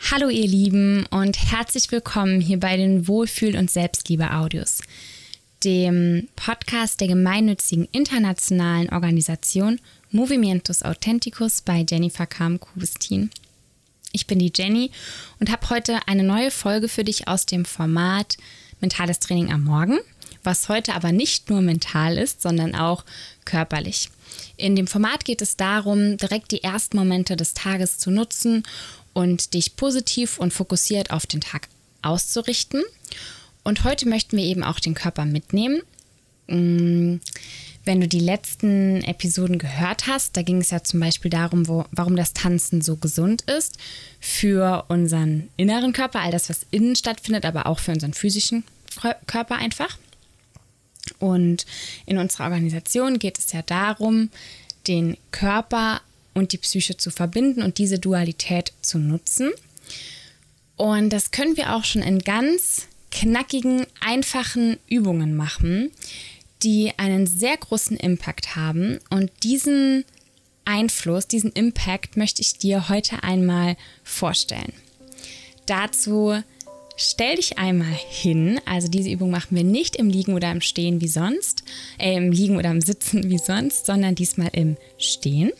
Hallo ihr Lieben und herzlich willkommen hier bei den Wohlfühl- und Selbstliebe-Audios, dem Podcast der gemeinnützigen internationalen Organisation Movimientos Authenticos bei Jennifer Kahm-Kubistin. Ich bin die Jenny und habe heute eine neue Folge für dich aus dem Format Mentales Training am Morgen, was heute aber nicht nur mental ist, sondern auch körperlich. In dem Format geht es darum, direkt die ersten Momente des Tages zu nutzen und dich positiv und fokussiert auf den Tag auszurichten. Und heute möchten wir eben auch den Körper mitnehmen. Wenn du die letzten Episoden gehört hast, da ging es ja zum Beispiel darum, warum das Tanzen so gesund ist für unseren inneren Körper, all das, was innen stattfindet, aber auch für unseren physischen Körper einfach. Und in unserer Organisation geht es ja darum, den Körper und die Psyche zu verbinden und diese Dualität zu nutzen. Und das können wir auch schon in ganz knackigen, einfachen Übungen machen, die einen sehr großen Impact haben. Und diesen Einfluss, diesen Impact möchte ich dir heute einmal vorstellen. Dazu stell dich einmal hin, also diese Übung machen wir nicht im Liegen oder im Stehen wie sonst, im Liegen oder im Sitzen wie sonst, sondern diesmal im Stehen.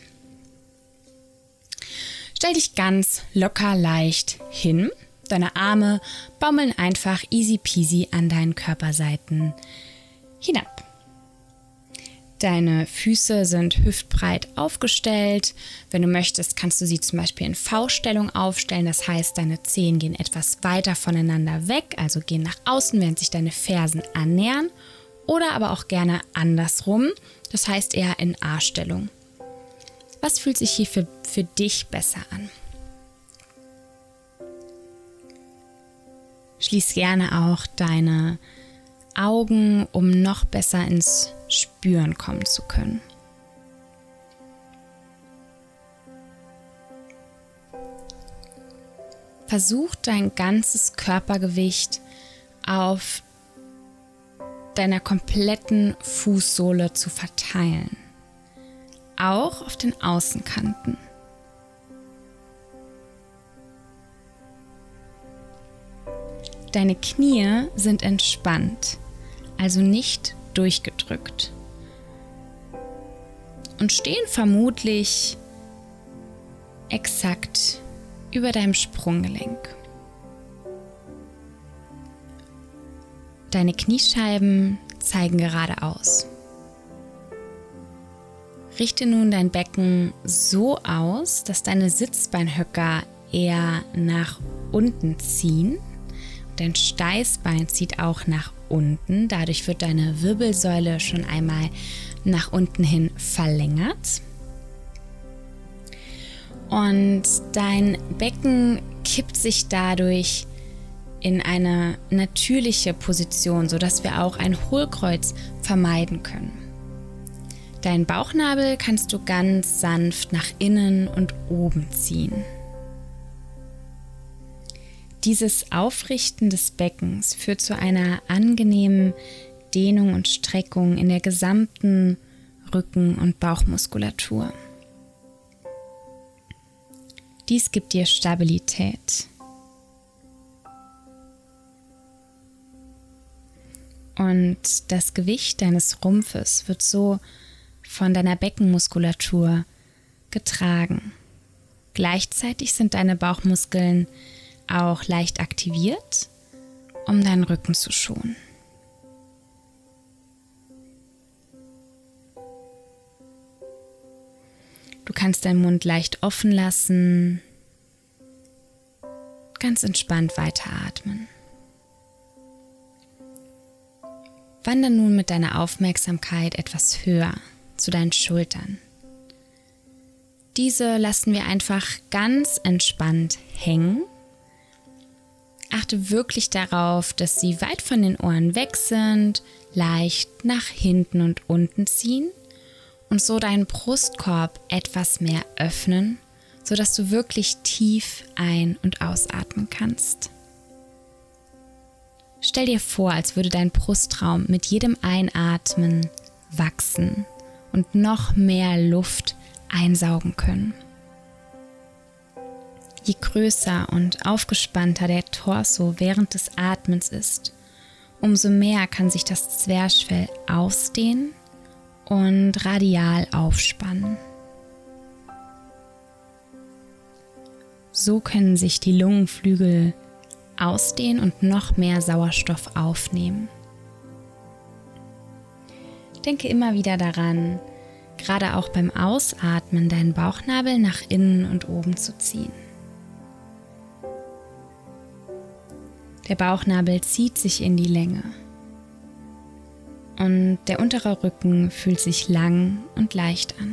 Stell dich ganz locker leicht hin. Deine Arme baumeln einfach easy peasy an deinen Körperseiten hinab. Deine Füße sind hüftbreit aufgestellt. Wenn du möchtest, kannst du sie zum Beispiel in V-Stellung aufstellen. Das heißt, deine Zehen gehen etwas weiter voneinander weg, also gehen nach außen, während sich deine Fersen annähern. Oder aber auch gerne andersrum, das heißt eher in A-Stellung. Was fühlt sich hier für dich besser an? Schließ gerne auch deine Augen, um noch besser ins Spüren kommen zu können. Versuch dein ganzes Körpergewicht auf deiner kompletten Fußsohle zu verteilen. Auch auf den Außenkanten. Deine Knie sind entspannt, also nicht durchgedrückt. Und stehen vermutlich exakt über deinem Sprunggelenk. Deine Kniescheiben zeigen geradeaus. Richte nun dein Becken so aus, dass deine Sitzbeinhöcker eher nach unten ziehen. Dein Steißbein zieht auch nach unten. Dadurch wird deine Wirbelsäule schon einmal nach unten hin verlängert. Und dein Becken kippt sich dadurch in eine natürliche Position, sodass wir auch ein Hohlkreuz vermeiden können. Deinen Bauchnabel kannst du ganz sanft nach innen und oben ziehen. Dieses Aufrichten des Beckens führt zu einer angenehmen Dehnung und Streckung in der gesamten Rücken- und Bauchmuskulatur. Dies gibt dir Stabilität. Und das Gewicht deines Rumpfes wird so von deiner Beckenmuskulatur getragen. Gleichzeitig sind deine Bauchmuskeln auch leicht aktiviert, um deinen Rücken zu schonen. Du kannst deinen Mund leicht offen lassen, ganz entspannt weiteratmen. Wandere nun mit deiner Aufmerksamkeit etwas höher zu deinen Schultern. Diese lassen wir einfach ganz entspannt hängen. Achte wirklich darauf, dass sie weit von den Ohren weg sind, leicht nach hinten und unten ziehen und so deinen Brustkorb etwas mehr öffnen, sodass du wirklich tief ein- und ausatmen kannst. Stell dir vor, als würde dein Brustraum mit jedem Einatmen wachsen und noch mehr Luft einsaugen können. Je größer und aufgespannter der Torso während des Atmens ist, umso mehr kann sich das Zwerchfell ausdehnen und radial aufspannen. So können sich die Lungenflügel ausdehnen und noch mehr Sauerstoff aufnehmen. Denke immer wieder daran, gerade auch beim Ausatmen deinen Bauchnabel nach innen und oben zu ziehen. Der Bauchnabel zieht sich in die Länge und der untere Rücken fühlt sich lang und leicht an.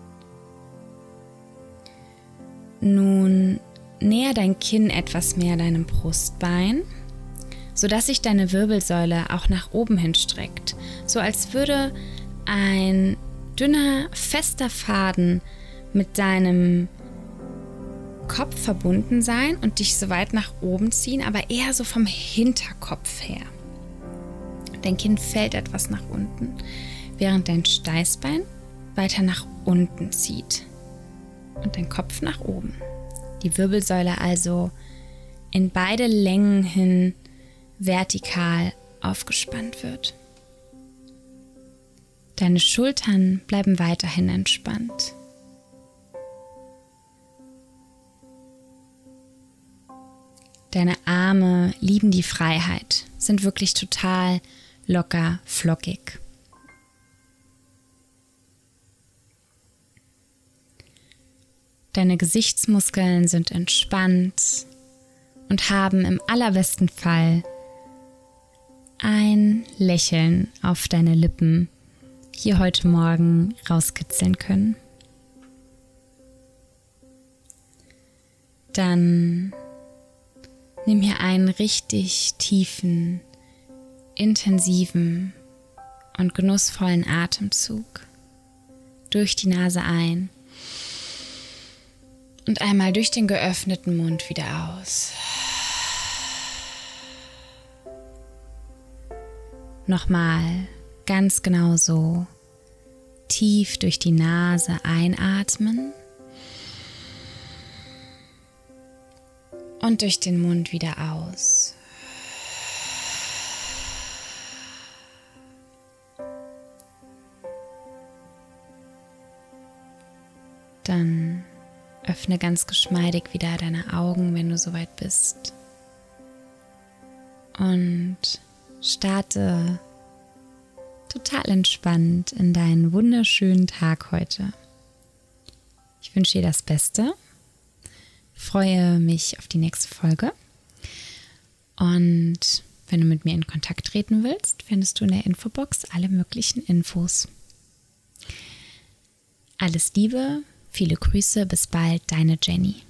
Nun näher dein Kinn etwas mehr deinem Brustbein, sodass sich deine Wirbelsäule auch nach oben hin streckt, so als würde ein dünner, fester Faden mit deinem Kopf verbunden sein und dich so weit nach oben ziehen, aber eher so vom Hinterkopf her. Dein Kinn fällt etwas nach unten, während dein Steißbein weiter nach unten zieht und dein Kopf nach oben. Die Wirbelsäule also in beide Längen hin vertikal aufgespannt wird. Deine Schultern bleiben weiterhin entspannt. Deine Arme lieben die Freiheit, sind wirklich total locker, flockig. Deine Gesichtsmuskeln sind entspannt und haben im allerbesten Fall ein Lächeln auf deine Lippen hier heute Morgen rauskitzeln können. Dann nimm hier einen richtig tiefen, intensiven und genussvollen Atemzug durch die Nase ein und einmal durch den geöffneten Mund wieder aus. Nochmal ganz genau so tief durch die Nase einatmen und durch den Mund wieder aus. Dann öffne ganz geschmeidig wieder deine Augen, wenn du soweit bist. Und starte total entspannt in deinen wunderschönen Tag heute. Ich wünsche dir das Beste. Freue mich auf die nächste Folge. Und wenn du mit mir in Kontakt treten willst, findest du in der Infobox alle möglichen Infos. Alles Liebe, viele Grüße, bis bald, deine Jenny.